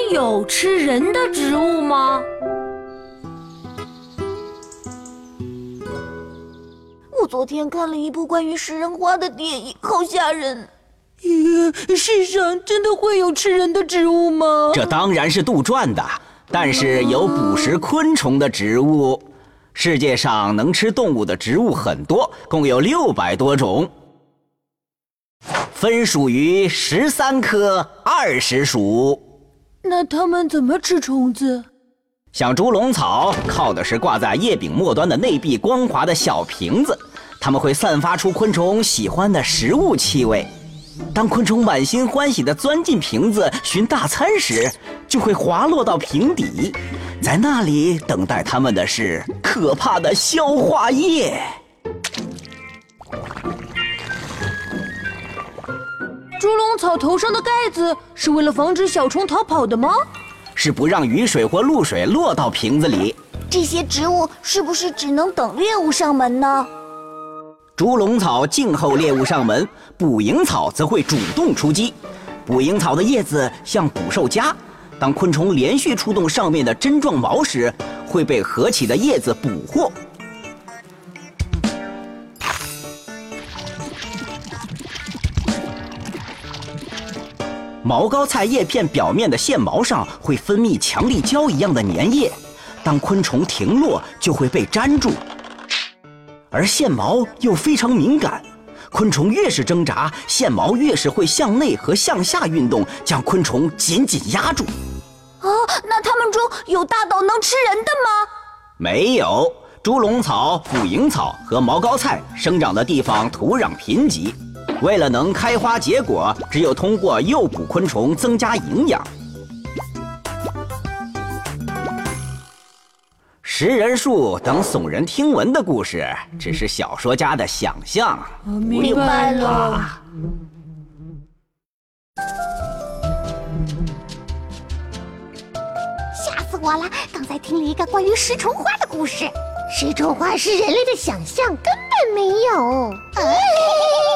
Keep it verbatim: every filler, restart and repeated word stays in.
有吃人的植物吗？ 我昨天看了一部关于食人花的电影，好吓人。 呃，世上真的会有吃人的植物吗？ 这当然是杜撰的，但是有捕食昆虫的植物。世界上能吃动物的植物很多，共有六百多种，分属于十三科二十属。 那它们怎么吃虫子？ 像猪笼草，靠的是挂在叶柄末端的内壁光滑的小瓶子，它们会散发出昆虫喜欢的食物气味。当昆虫满心欢喜地钻进瓶子寻大餐时，就会滑落到瓶底，在那里等待它们的是可怕的消化液。 猪笼草头上的盖子是为了防止小虫逃跑的吗？ 是不让雨水或露水落到瓶子里。 这些植物是不是只能等猎物上门呢？ 猪笼草静候猎物上门，捕蝇草则会主动出击。捕蝇草的叶子像捕兽夹，当昆虫连续触动上面的针状毛时，会被合起的叶子捕获。毛膏菜叶片表面的线毛上会分泌强力胶一样的粘液，当昆虫停落就会被粘住。而线毛又非常敏感，昆虫越是挣扎，线毛越是会向内和向下运动，将昆虫紧紧压住。 啊，那它们中有大到能吃人的吗？ 没有，猪笼草、捕蝇草和毛膏菜生长的地方土壤贫瘠，为了能开花结果，只有通过诱捕昆虫增加营养。食人树等耸人听闻的故事，只是小说家的想象。 明白了。 吓死我了！刚才听了一个关于食虫花的故事，食虫花是人类的想象，根本没有。哎